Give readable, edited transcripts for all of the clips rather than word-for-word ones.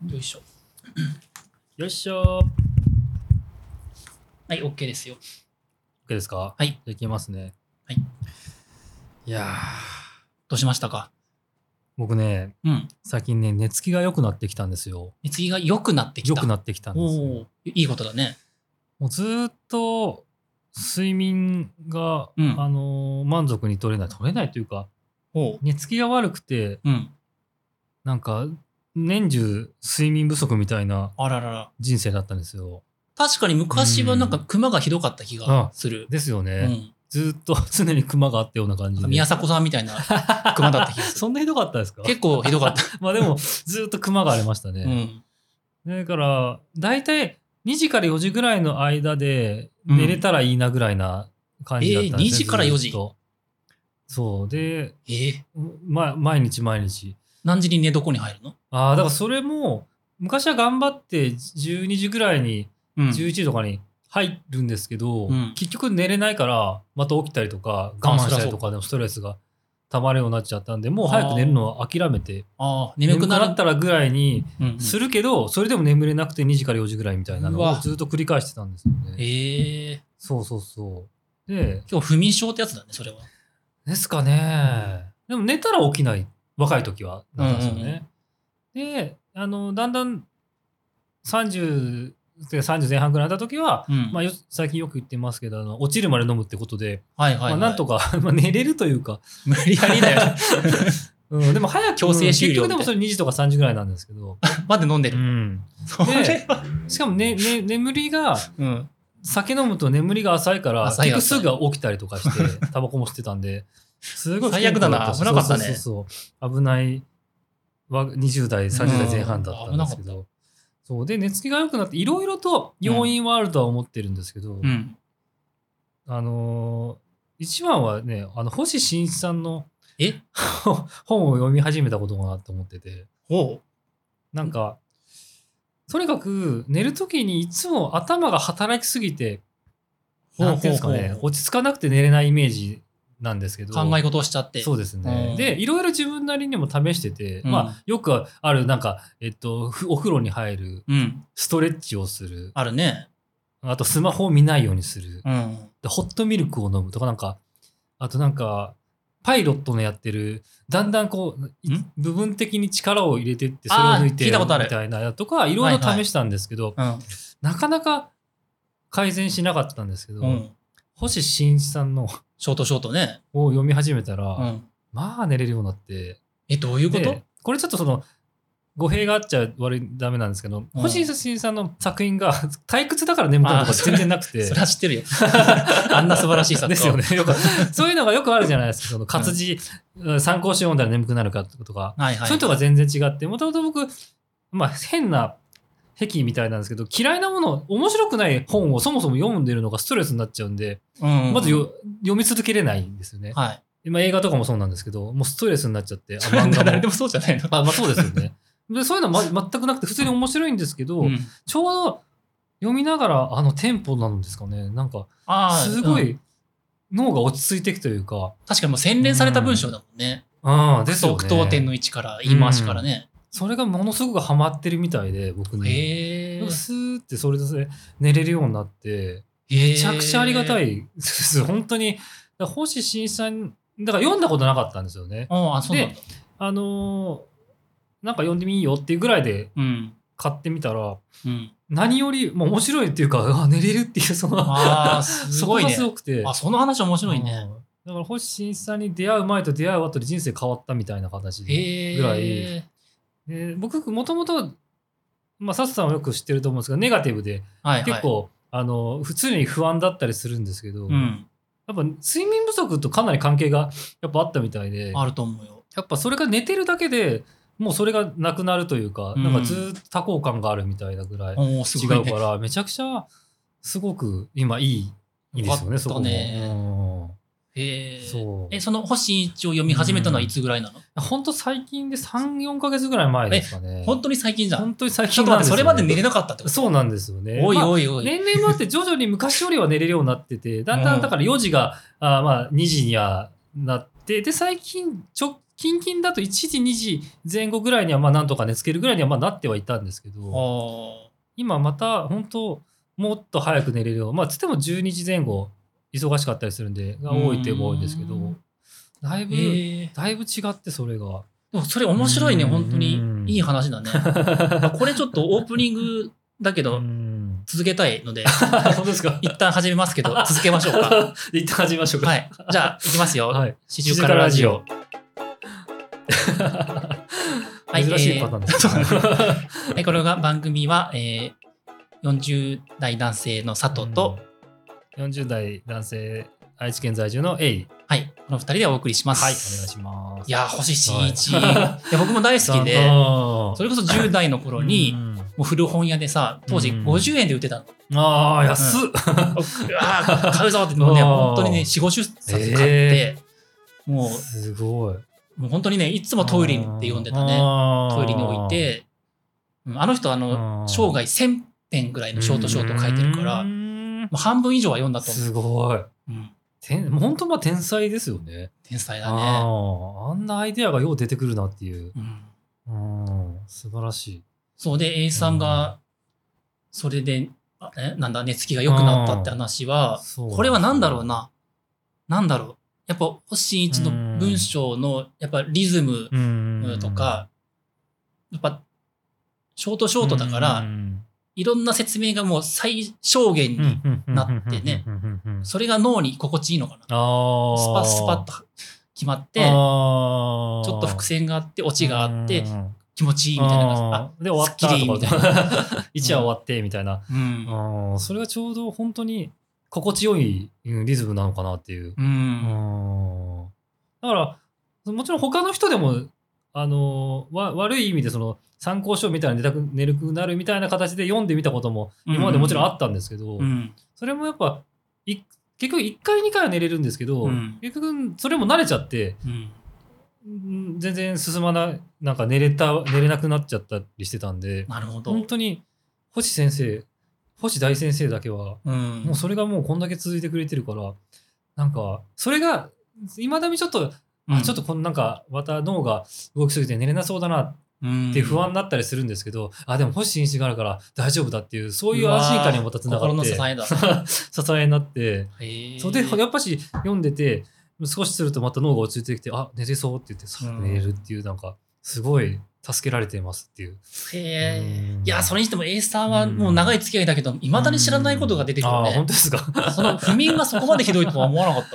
よいしょ。 よいしょ。 はい、OK ですよ。 OK ですか？ はい。 じゃあいきますね。 はい。 いやー、 どうしましたか？ 僕ね、 うん。 最近ね、寝つきが良くなってきたんですよ。 寝つきが良くなってきた。 良くなってきたんですよ。 おー、いいことだね。 もうずーっと睡眠が、 うん満足に取れないというか、 おう。 寝つきが悪くて、 うん。 なんか年中睡眠不足みたいなあららら。 人生だったんですよ。 確かに昔はなんかクマがひどかった気がする。 ですよね。 うん。 ずーっと常にクマがあったような感じで。 宮迫さんみたいなクマだった気がする。 そんなひどかったですか？ 結構ひどかった。 まあでも、ずーっとクマがありましたうね。 ん。 だから、だいたい2時から4時ぐらいの間で寝れたらいいなぐらいな感じだったんですね。 2時から4時ずっとそう。で、 毎毎日。 何時に寝床に入るの？ ああ、だからそれも、昔は頑張って12時ぐらいに、 うん。 11時とかに入るんですけど、 うん結局寝れないから、また起きたりとか、我慢したりとかでもストレスが溜まるようになっちゃったんで、もう早く寝るのは諦めて、 ああ、眠くなる。 ったらぐらいにうんうんするけど、それでも眠れなくて2時から4時ぐらいみたいなのうわをずっと繰り返してたんですよね。そうそうそう。で、 今日不眠症ってやつだね、それは。 ですかね。でも寝たら起きない。若い時は。だったんですよね。で、だんだん30前半ぐらいになった時は、 うん。 まあ、最近よく言ってますけど、落ちるまで飲むってことで、 はいはい、はい。 まあ、なんとかまあ寝れるというか、 無理やりだよ。 でも早く、 強制終了結局でもそれ2時とか3時ぐらいなんですけど、 まで飲んでる。それは。 しかも、眠りが、 うん。 酒飲むと眠りが浅いから、 浅い結局すぐ起きたりとかして、タバコも吸ってたんで、すごい最悪だな。危なかったね。 そう危ない20代、30代前半だったんですけど、そうで寝つきが良くなっていろいろと要因はあるとは思ってるんですけど、 うん。 一番はね、星新一さんのえ本を読み始めたことかなと思ってて、 ほなんか、とにかく寝るときにいつも頭が働きすぎて、なんていうんですかね、落ち着かなくて寝れないイメージなんですけど。 考え事をしちゃって。 そうですね。で、いろいろ自分なりにも試してて、まあ、よくある、なんか、お風呂に入る、ストレッチをする。 あるね。 あと、スマホを見ないようにする。 でホットミルクを飲むとか、なんか、あとなんか、パイロットのやってる、だんだんこう、部分的に力を入れてって、それを抜いてみたいなとか、いろいろ試したんですけど、なかなか改善しなかったんですけど、星新一さんのショートね。 を読み始めたら、まあ寝れるようになって。 どういうこと？ これちょっと語弊があっちゃダメなんですけど、星新さんの作品が退屈だから眠くなるとか全然なくて。 それは知ってるよ。あんな素晴らしい作家。 ですよね。そういうのがよくあるじゃないですか。その活字、参考書読んだら眠くなるかとか。そういうのが全然違って、もともと僕、まあ変な癖みたいなんですけど、嫌いなもの、面白くない本をそもそも読んでるのがストレスになっちゃうんで、まず読み続けれないんですよね。 はい。 今映画とかもそうなんですけど、もうストレスになっちゃって。 誰でもそうじゃないの？ まあそうですよね。でそういうのは全くなくて普通に面白いんですけど、ちょうど読みながらテンポなんですかね。なんか、すごい脳が落ち着いていくというか。 確かにもう洗練された文章だもんね。 ですよね。 句読点の位置から、言い回しからね。 それがものすごくハマってるみたいで、僕に。スーってそれで寝れるようになって、めちゃくちゃありがたいです。本当に。星新さん、だから読んだことなかったんですよね。で、なんか読んでみいいよっていうぐらいで買ってみたら、何よりも面白いっていうか、寝れるっていう、そこがすごくて。 その話面白いね。 だから星新さんに出会う前と出会う後で人生変わったみたいな形でぐらい。僕、もともと、サスさんはよく知ってると思うんですが、ネガティブで、結構、普通に不安だったりするんですけど、やっぱ睡眠不足とかなり関係がやっぱあったみたいで。 あると思うよ。 やっぱそれが寝てるだけで、もうそれがなくなるというか、なんかずっと多幸感があるみたいなぐらい違うから、めちゃくちゃすごく今いいですよね、そこも。 その星一を読み始めたのはいつぐらいなの？ 本当最近で3、4ヶ月ぐらい前ですかね。 本当に最近じゃん。 本当に最近ちょっと待って、それまで寝れなかったってこと？ そうなんですよね。 おいおいおい。 年齢もあって徐々に昔よりは寝れるようになってて、だんだんだから4時が2時にはなって、で、最近、近々だと1時、2時前後ぐらいには、まあ、なんとか寝つけるぐらいには、まあ、なってはいたんですけど、今また、本当もっと早く寝れるよう、まあ、つっても12時前後、忙しかったりするんで、が多いって多いんですけど、だいぶ違って、それが。 でもそれ面白いね、本当に。いい話だね。これちょっとオープニングだけど、続けたいので、 本当ですか？ 一旦始めますけど、続けましょうか。 一旦始めましょうか。 はい。じゃあ、いきますよ。 はい。 四十からラジオ。 珍しいパターンですね。 この番組は、40代男性の佐藤と、 40代男性、愛知県在住のエイ。 はい。この2人でお送りします。 はい。お願いします。 いや、星新一。いや僕も大好きで、それこそ10代の頃に、もう古本屋でさ、当時50円で売ってたの。 ああ、安っ。 買うぞって、もうね、本当にね、4、50冊買って、もう、 すごい。 もう本当にね、いつもトイレって読んでたね。トイレに置いて、あの人、生涯1000編ぐらいのショートショート書いてるから、もう半分以上は読んだと思う。 すごい。本当天才ですよね。 天才だね。 あんなアイデアがよう出てくるなっていう。素晴らしい。 そうで、A さんが、それで、なんだ、寝つきが良くなったって話は、これは何だろうな。なんだろう。やっぱ、星新一の文章の、やっぱリズムとか、やっぱ、ショートショートだから、いろんな説明がもう最小限になってね、それが脳に心地いいのかな。スパスパッと決まって、ちょっと伏線があって、オチがあって、気持ちいいみたいな。 で、終わったとか、1話終わってみたいな。それがちょうど本当に心地よいリズムなのかなっていう。だから、もちろん他の人でも、悪い意味でその参考書みたいな寝るくなるみたいな形で読んでみたことも今までもちろんあったんですけど、それもやっぱ結局1回2回は寝れるんですけど、結局それも慣れちゃって、全然進まない、なんか寝れなくなっちゃったりしてたんで、 なるほど。 本当に星大先生だけは、もうそれがもうこんだけ続いてくれてるから、なんかそれがいまだにちょっとなんかまた脳が動きすぎて寝れなそうだなって不安になったりするんですけど、でも星新一があるから大丈夫だっていう、そういう安心感にまたつながって、 心の支えだ。 支えになって、それでやっぱし読んでて、少しするとまた脳が落ち着いてきて、寝れそうって言ってさ、寝れるっていう、なんかすごい助けられてますっていう。 いや、それにしても A さんはもう長い付き合いだけど、未だに知らないことが出てくるね。 本当ですか？ その不眠がそこまでひどいとは思わなかった。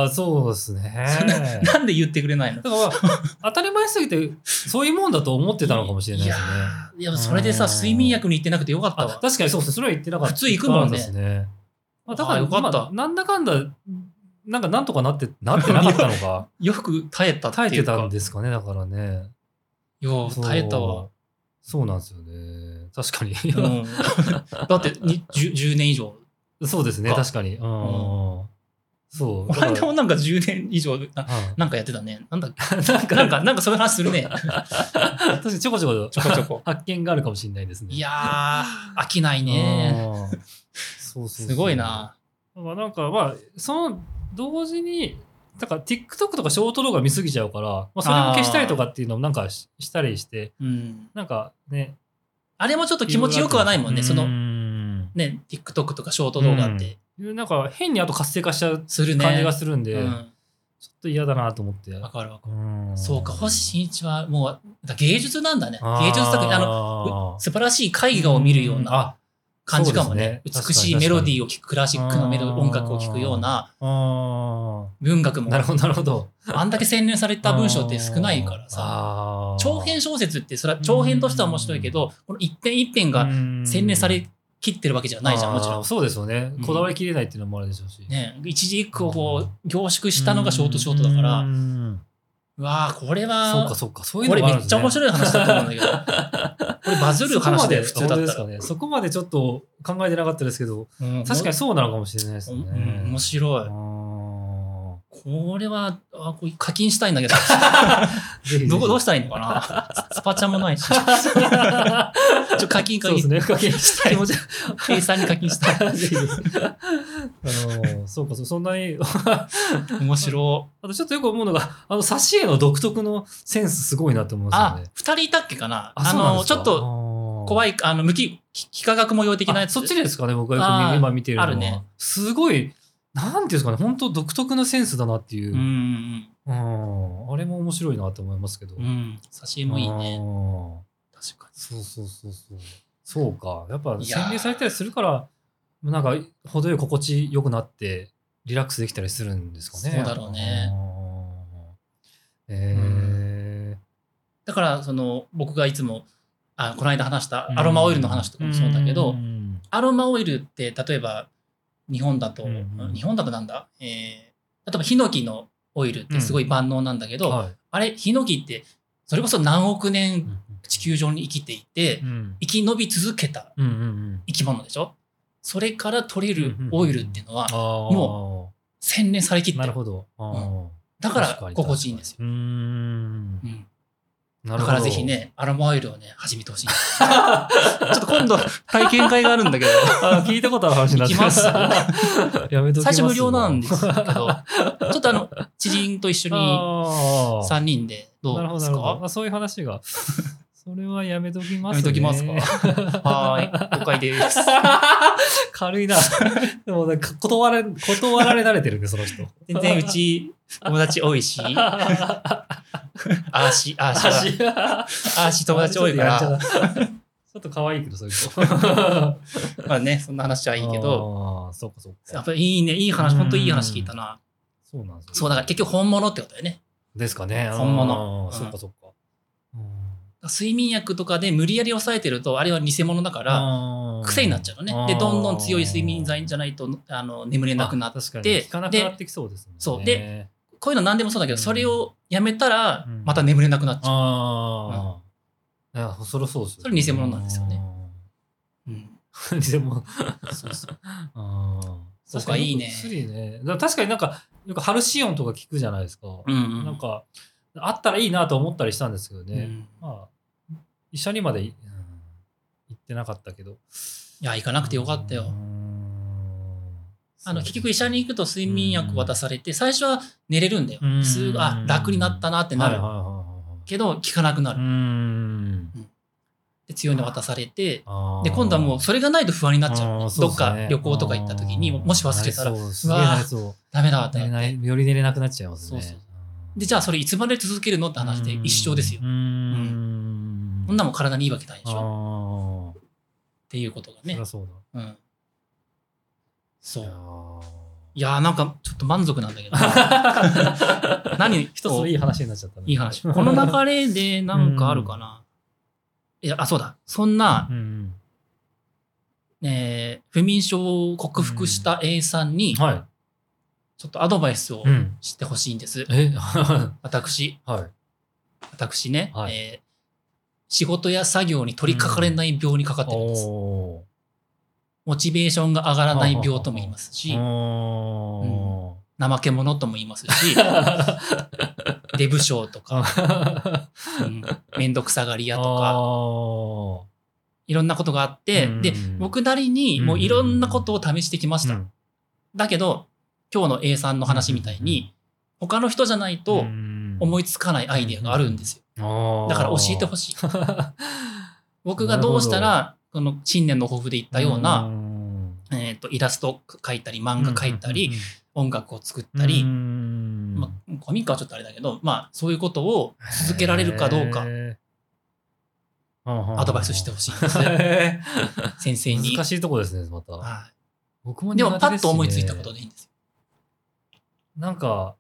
そうですね。 なんで言ってくれないの？ だから当たり前すぎて、そういうもんだと思ってたのかもしれないですね。 いや、それでさ、睡眠薬に行ってなくてよかったわ。 確かにそうですね。それは言ってなかった。 普通行くもんね。 だからよかった。なんだかんだ、なんとかなってなかったのか。 よく耐えたっていうか。 耐えてたんですかね、だからね。 耐えたわ。 そうなんですよね。確かに。 だって10年以上。 そうですね、確かに。そう。 この間もなんか10年以上なんかやってたね。なんだっけ。なんかそういう話するね。 確かにちょこちょこ発見があるかもしれないですね。 いやー、飽きないね。 そうすごいな。 なんかその同時に、だから TikTok とかショート動画見すぎちゃうから、それも消したりとかっていうのもなんかしたりして、なんかね。 あれもちょっと気持ちよくはないもんね。その、ね、TikTok とかショート動画って。 なんか変にあと活性化しちゃう感じがするんで、ちょっと嫌だなと思って。 わかる。そうか、星新一はもう芸術なんだね。芸術作品、素晴らしい絵画を見るような感じかもね。美しいメロディーを聴く、クラシックの音楽を聴くような文学も。 なるほど。 あんだけ洗練された文章って少ないからさ。長編小説ってそれは長編としては面白いけど、この一編一編が洗練され切ってるわけじゃないじゃん、もちろん。 そうですよね。こだわりきれないっていうのもあるでしょうし。 ね、一字一句をこう凝縮したのがショートショートだから、うわぁ、これは、 そうか。そういうのもあるんですね。 これめっちゃ面白い話だと思うんだけど。これバズる話で普通だったら。 そこまでちょっと考えてなかったですけど、確かにそうなのかもしれないですね。 面白い。 これは、これ課金したいんだけど。 ぜひどうしたらいいのかな。スパチャもないし。課金そうですね。課金したい。 気持ち、計算に課金したい。 ぜひそうか、そんなに。 面白い。あとちょっとよく思うのが、挿絵の独特のセンスすごいなって思うんですよね。 二人いたっけかな。 ちょっと怖い、幾何学模様的なやつ。 そっちですかね、僕がよく今見てるのは。 あるね。 すごい、なんていうんですかね、本当独特のセンスだなっていう。あれも面白いなと思いますけど。 挿絵もいいね。確かに。 そうか。やっぱ洗練されたりするから、なんか程よい心地よくなって、リラックスできたりするんですかね。 そうだろうね。だから、僕がいつも、この間話したアロマオイルの話とかもそうだけど、アロマオイルって、例えば、日本だとなんだ例えば、ヒノキのオイルってすごい万能なんだけど、あれ、ヒノキって、それこそ何億年地球上に生きていて、生き延び続けた生き物でしょ。それから取れるオイルっていうのは、もう洗練されきってる。 なるほど。 だから心地いいんですよ。だからぜひね、アロマオイルをね、始めてほしい。ちょっと今度体験会があるんだけど。 聞いたことある話になってます。やめときます。 最初無料なんですけど、ちょっと知人と一緒に3人でどうですか？ そういう話が。それはやめときますね。 やめときますか？はい。了解です。 軽いな。でも断られ慣れてるんで、その人。 全然うち友達多いし。あーし友達多いから。 ちょっと可愛いけど、そういう人。 まあね、そんな話はいいけど。 そうか。 やっぱりいいね、いい話、本当いい話聞いたな。 そうなんですよ。 そう、だから結局本物ってことだよね。 ですかね。 本物。 そうか。 睡眠薬とかで無理やり抑えてると、あれは偽物だから、癖になっちゃうのね。で、どんどん強い睡眠剤じゃないと、眠れなくなって。 確かに。効かなくなってきそうですね。 そう。で、こういうの何でもそうだけど、それをやめたら、また眠れなくなっちゃう。いや、それそうですよ。 それ偽物なんですよね。 偽物。 そうか、いいね。 薬ね。確かになんか、よくハルシオンとか聞くじゃないですか。なんか、あったらいいなと思ったりしたんですけどね。まあ、医者にまで行ってなかったけど。 いや、行かなくてよかったよ。結局医者に行くと睡眠薬渡されて、最初は寝れるんだよ。すぐ、楽になったなってなる。けど、効かなくなる。で、強いの渡されて、で、今度はもうそれがないと不安になっちゃう。どっか旅行とか行った時に、もし忘れたら、うわダメだってなって。 より寝れなくなっちゃいますね。 で、じゃあそれいつまで続けるのって話で一生ですよ。そんなもん体にいいわけないでしょ。っていうことがね。 そうだ。 そう。いやーなんかちょっと満足なんだけど。 一ついい話になっちゃったね。 いい話。この流れでなんかあるかな。いや、そうだ。そんな、不眠症を克服した A さんに、ちょっとアドバイスをしてほしいんです。私ね、仕事や作業に取り掛かれない病にかかってるんです。モチベーションが上がらない病とも言いますし、怠け者とも言いますし、デブ症とか、めんどくさがり屋とか、いろんなことがあって、で、僕なりにもういろんなことを試してきました。だけど、今日の A さんの話みたいに、他の人じゃないと思いつかないアイデアがあるんですよ。だから教えてほしい。僕がどうしたら、この新年の抱負で言ったような、イラストを描いたり、漫画描いたり、音楽を作ったり、コミックはちょっとあれだけど、そういうことを続けられるかどうか、アドバイスしてほしいんです。先生に。 難しいとこですね、また。 僕もでもパッと思いついたことでいいんですよ。 なんか、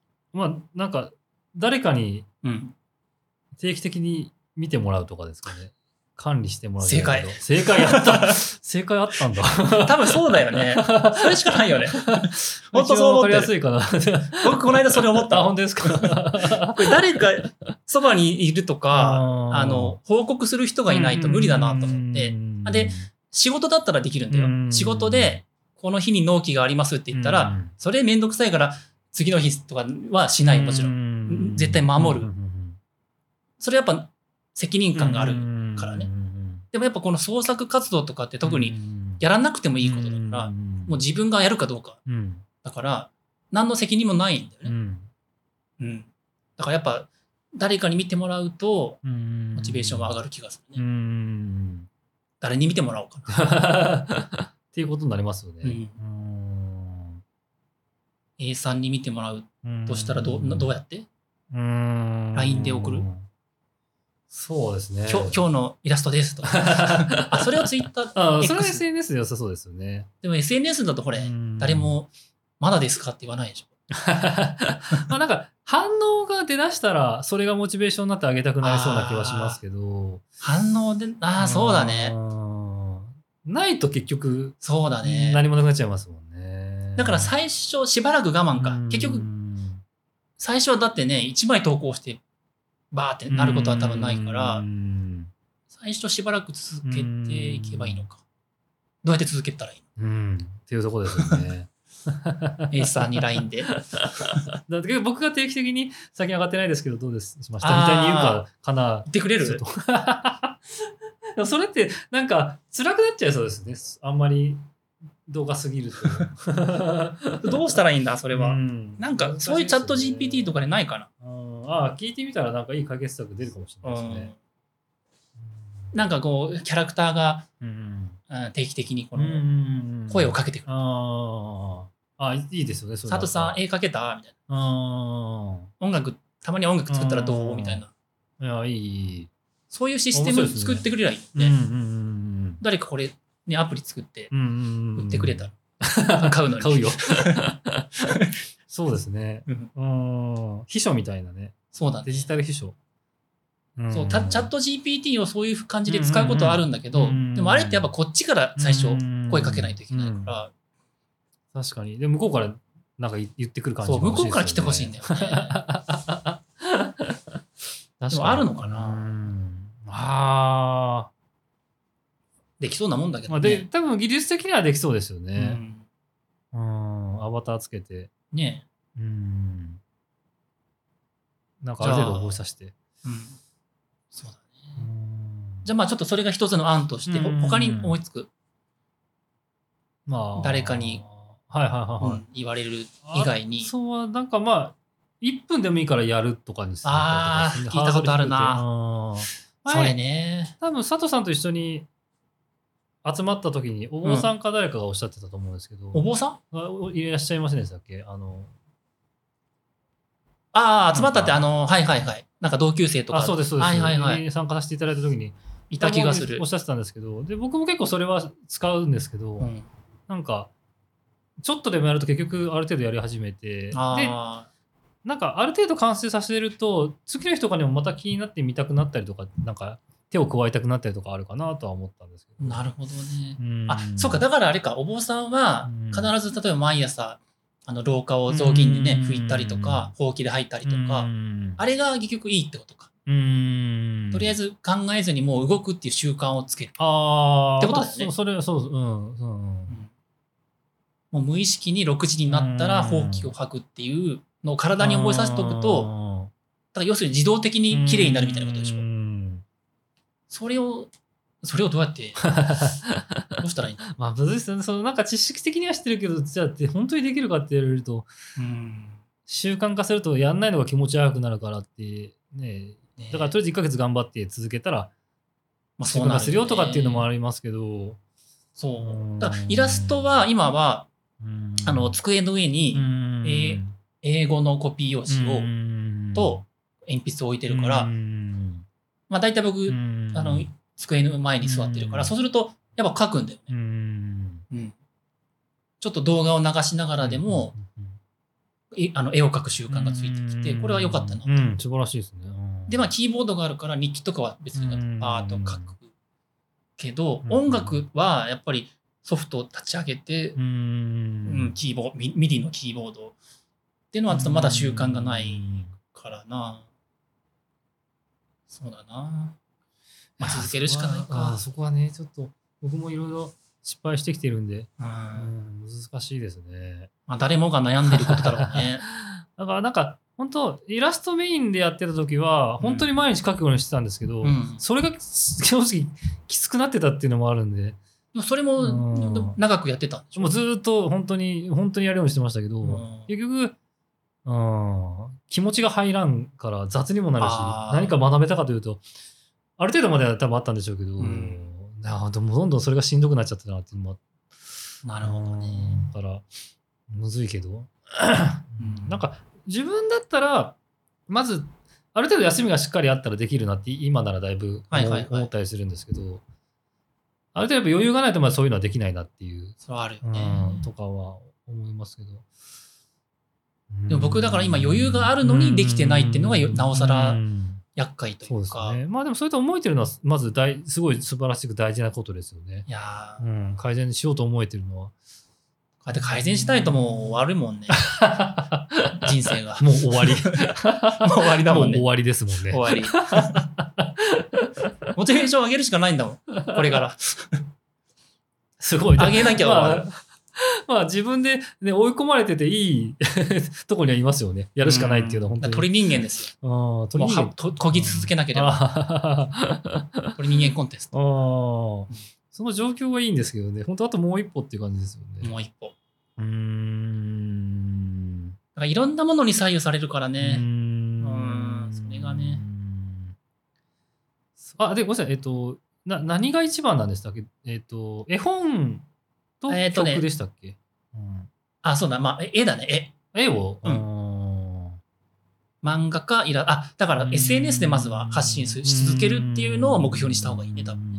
誰かに定期的に見てもらうとかですかね。管理してもらう。 正解あった。正解あったんだ。 多分そうだよね。それしかないよね。本当そう思ってる。 わかりやすいかな。 僕この間それ思った。 本当ですか。 これ誰かそばにいるとか、報告する人がいないと無理だなと思って。で、仕事だったらできるんだよ。仕事でこの日に納期がありますって言ったら、それめんどくさいから次の日とかはしない、もちろん。絶対守る。それやっぱ責任感があるからね。でもやっぱこの創作活動とかって特にやらなくてもいいことだから、もう自分がやるかどうか。だから、何の責任もないんだよね。だからやっぱ誰かに見てもらうと、モチベーションが上がる気がするね。誰に見てもらおうかな。 っていうことになりますよね。 A さんに見てもらうとしたらどうやって ?LINE で送る？ そうですね。 今日のイラストですと。あ、それをツイッター。 それは SNS で良さそうですよね。 でも SNS だとこれ、誰もまだですかって言わないでしょ。 まあなんか反応が出だしたらそれがモチベーションになってあげたくなりそうな気はしますけど。 反応で、そうだね。 ないと結局、 そうだね。 何もなくなっちゃいますもんね。 だから最初しばらく我慢か。結局、最初はだってね、1枚投稿してバーってなることは多分ないから、最初しばらく続けていけばいいのか。どうやって続けたらいいのっていうところですよね。 A さんに LINE で。 だって僕が定期的に最近上がってないですけど、どうですしましたみたいに言うかな。 言ってくれる？ でもそれってなんか辛くなっちゃいそうですね。あんまり動画すぎると。どうしたらいいんだ、それは。なんかそういうチャット GPT とかでないかな。 聞いてみたらなんかいい解決策出るかもしれないですね。 なんかこう、キャラクターが定期的にこの声をかけてくる。 いいですよね。 佐藤さん、絵描けたみたいな。音楽、たまに音楽作ったらどうみたいな。 いや、いい。 そういうシステム作ってくれりゃいいね。誰かこれ、ね、アプリ作って、売ってくれたら。買うのに。 買うよ。そうですね。秘書みたいなね。 そうだね。 デジタル秘書。 そう、チャット GPT をそういう感じで使うことはあるんだけど、でもあれってやっぱこっちから最初声かけないといけないから。 確かに。で、向こうからなんか言ってくる感じそう、向こうから来てほしいんだよね。でもあるのかな？できそうなもんだけどね。 多分技術的にはできそうですよね。アバターつけて。 ねえ。なんかある程度覚えさせて。 そうだね。じゃあまあちょっとそれが一つの案として、他に思いつく。誰かに言われる以外に。 そう、なんかまあ、1分でもいいからやるとかにするとか。聞いたことあるな。それね。 多分佐藤さんと一緒に集まった時にお坊さんか誰かがおっしゃってたと思うんですけど。 お坊さんいらっしゃいませんでしたっけ？ 集まったってはいはいはい。なんか同級生とか。 そうです、そうです。参加させていただいた時に。 いた気がする。 おっしゃってたんですけど、で、僕も結構それは使うんですけど、なんか、ちょっとでもやると結局ある程度やり始めて、で、なんかある程度完成させると、次の日とかにもまた気になって見たくなったりとか、なんか手を加えたくなったりとかあるかなとは思ったんですけど。 なるほどね。そうか、だからあれか、お坊さんは必ず例えば毎朝、廊下を雑巾でね、拭いたりとか、ほうきで吐いたりとか、あれが結局いいってことか。とりあえず考えずにもう動くっていう習慣をつける。ってことだよね。 それはそう、 もう無意識に6時になったらほうきを吐くっていうのを体に覚えさせておくと、だから要するに自動的に綺麗になるみたいなことでしょ。それをどうやってどうしたらいいんだ。 まあ、むずいですよね。なんか知識的には知ってるけど、じゃあ本当にできるかって言われると、習慣化するとやんないのが気持ち悪くなるからってね。だからとりあえず1ヶ月頑張って続けたら、習慣化するよとかっていうのもありますけど。 そう。だからイラストは今は、机の上に、英語のコピー用紙を、と鉛筆を置いてるから、まあ大体僕、机の前に座ってるから、そうすると、やっぱ書くんだよね。ちょっと動画を流しながらでも、絵を描く習慣がついてきて、これは良かったな。 素晴らしいですね。 で、まあ、キーボードがあるから日記とかは別にパーッと書くけど、音楽はやっぱりソフトを立ち上げて、キーボード、ミディのキーボードっていうのはちょっとまだ習慣がないからな。そうだな。まあ、続けるしかないか。 そこはね、ちょっと僕もいろいろ失敗してきてるんで、難しいですね。 まあ、誰もが悩んでることだろうね。 だからなんか本当イラストメインでやってた時は本当に毎日描くようにしてたんですけど、それが正直きつくなってたっていうのもあるんで。 それも長くやってたんでしょ？ もうずっと本当にやるようにしてましたけど、結局気持ちが入らんから雑にもなるし、何か学べたかというとある程度までは多分あったんでしょうけど、でもどんどんそれがしんどくなっちゃってたなっていうのもなるほどね。 だからむずいけどなんか自分だったらまずある程度休みがしっかりあったらできるなって今ならだいぶ思ったりするんですけど、ある程度余裕がないとまだそういうのはできないなっていうそれはあるよね、 とかは思いますけど、 でも僕だから今余裕があるのにできてないっていうのがなおさら厄介というか。 そうですね。まあでもそれと思えてるのはまずすごい素晴らしく大事なことですよね。 いや改善しようと思えてるのは。 こうやって改善しないともう終わるもんね。人生が。 もう終わり。もう終わりだもんね。 もう終わりですもんね。 終わり。モチベーション上げるしかないんだもん。これから。 すごい。 上げなきゃ終わる。 まあ自分で、ね、追い込まれてていいとこにはいますよね。やるしかないっていうのは本当に。 鳥人間ですよ。鳥人間。漕ぎ続けなければ。鳥人間コンテスト。 その状況はいいんですけどね。本当あともう一歩っていう感じですよね。 もう一歩。だからいろんなものに左右されるからね。それがね。 で、ごめんなさい。何が一番なんでしたっけ？絵本と曲でしたっけ？ そうだ。まあ、絵だね。 絵を漫画かだから SNS でまずは発信し続けるっていうのを目標にした方がいいね、多分ね。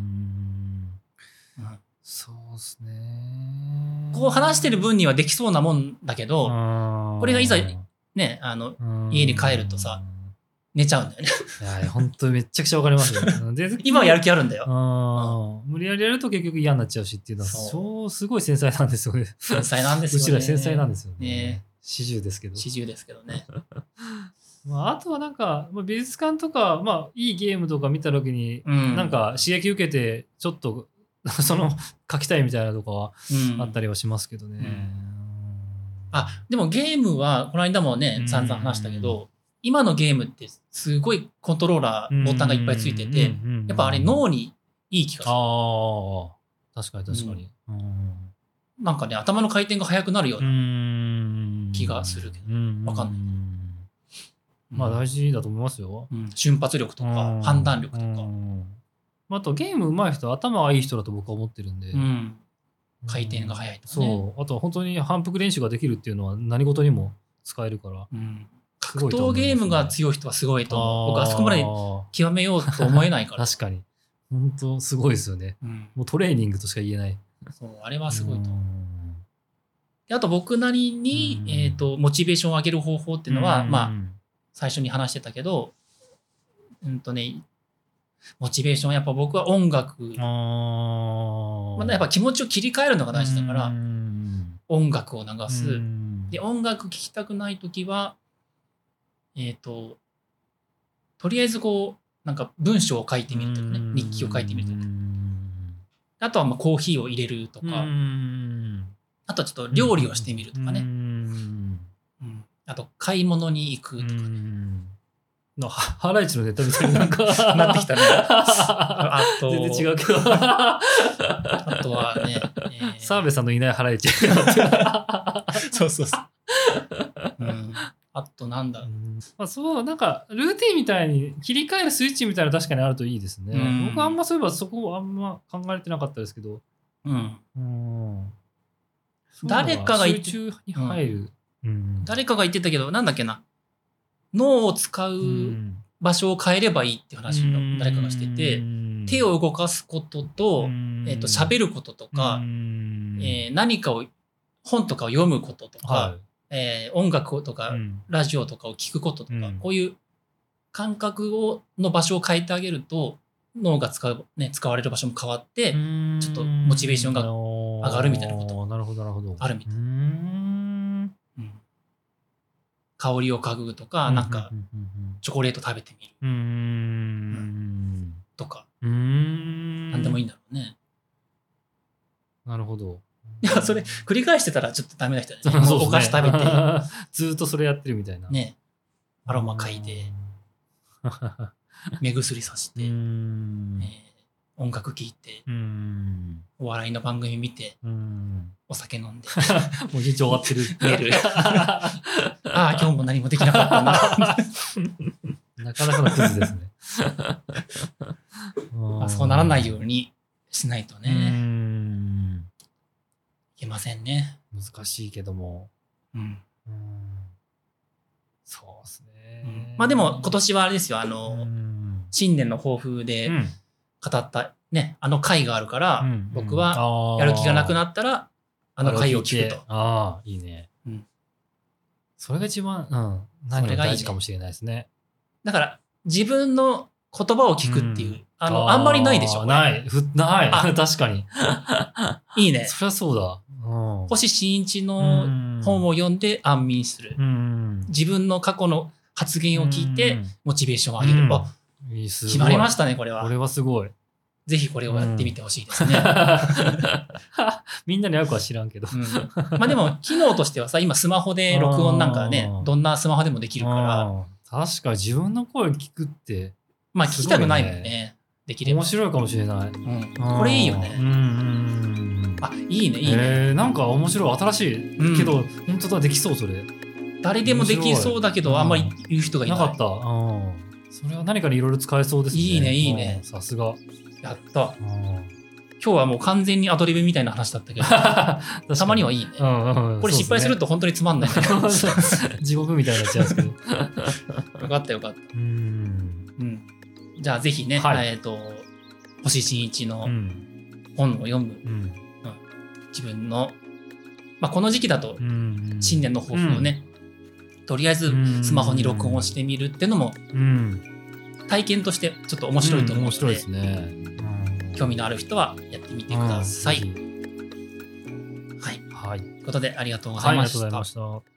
そうですね。 こう話してる分にはできそうなもんだけど、これがいざね、家に帰るとさ、寝ちゃうんだよね。 いや、本当にめちゃくちゃわかりますよ。 今はやる気あるんだよ。 無理やりやると結局嫌になっちゃうしっていうのは、すごい繊細なんですよね。 繊細なんですよね。 うちら繊細なんですよね。始終ですけど。 始終ですけどね。 あとはなんか、美術館とか、いいゲームとか見た時に、なんか刺激受けて、ちょっと、書きたいみたいなとかはあったりはしますけどね。 でもゲームは、この間もね、散々話したけど、今のゲームってすごいコントローラー、ボタンがいっぱいついてて、やっぱあれ脳にいい気がする。 確かに確かに。 なんかね、頭の回転が速くなるような気がするけど、わかんない。 大事だと思いますよ。 瞬発力とか、判断力とか。 あとゲーム上手い人は頭がいい人だと僕は思ってるんで。 回転が速いとかね。 そう。あとは本当に反復練習ができるっていうのは何事にも使えるから。 格闘ゲームが強い人はすごいと思う。僕あそこまで極めようと思えないから。 確かに。本当すごいですよね。もうトレーニングとしか言えない。 そう、あれはすごいと思う。あと僕なりに、モチベーションを上げる方法っていうのは、最初に話してたけど、モチベーションはやっぱ僕は音楽、やっぱ気持ちを切り替えるのが大事だから、音楽を流す。で、音楽聴きたくないときは、とりあえずなんか文章を書いてみるとかね、日記を書いてみるとか。あとはコーヒーを入れるとか、あとはちょっと料理をしてみるとかね。あと買い物に行くとかね。 ハライチのネタみたいになんかなってきたね。あと全然違うけど。 あとはね、 澤部さんのいないハライチ。 そうそうそう。あとなんだ。 そう、なんかルーティンみたいに切り替えるスイッチみたいな確かにあるといいですね。僕あんまそういえばそこあんま考えてなかったですけど。 誰かが集中に入る。 誰かが言ってたけど、なんだっけな。脳を使う場所を変えればいいっていう話を誰かがしてて、手を動かすことと、喋ることとか、何かを、本とかを読むこととか、音楽とか、ラジオとかを聞くこととか、こういう感覚の場所を変えてあげると、脳が使われる場所も変わって、ちょっとモチベーションが上がるみたいなことあるみたい。香りを嗅ぐとか、なんかチョコレート食べてみるとか、なんでもいいんだろうね。 なるほど。 いや、それ繰り返してたらちょっとダメな人だね。もうお菓子食べて。 ずっとそれやってるみたいな。 ね。アロマ嗅いで、目薬さして、音楽聴いて、お笑いの番組見て、お酒飲んで。 もう一日終わってる。 寝る。ああ、今日も何もできなかったな。 なかなかのクズですね。 そうならないようにしないとね。いけませんね。 難しいけども。そうですね。 まあでも今年はあれですよ、新年の抱負で語ったね、回があるから、僕はやる気がなくなったら、回を聞くと。 ああ、いいね。それが一番、何が大事かもしれないですね。 だから、自分の言葉を聞くっていう、あんまりないでしょ。 ない。確かに。 いいね。 そりゃそうだ。 星新一の本を読んで安眠する。自分の過去の発言を聞いて、モチベーションを上げる。決まりましたね、これは。 これはすごい。 ぜひこれをやってみてほしいですね。 みんなに合うかは知らんけど。 まあでも、機能としてはさ、今スマホで録音なんかね、どんなスマホでもできるから。 確かに自分の声聞くって、 まあ聞きたくないもんね。できれば。 面白いかもしれない。 これいいよね。いいね、いいね。 なんか面白い、新しい。けど、本当だ、できそう、それ。 誰でもできそうだけど、あんまり言う人がいない。 なかった。それは何かにいろいろ使えそうですね。 いいね、いいね。 さすが。 やった。今日はもう完全にアドリブみたいな話だったけど、たまにはいいね。これ失敗すると本当につまんない。 地獄みたいになっちゃうんですけど。 よかったよかった。じゃあぜひね、星新一の本を読む。自分の、まあこの時期だと新年の抱負をね、とりあえずスマホに録音をしてみるっていうのも体験としてちょっと面白いと思うので、面白いですね。興味のある人はやってみてください。はい。ということでありがとうございました。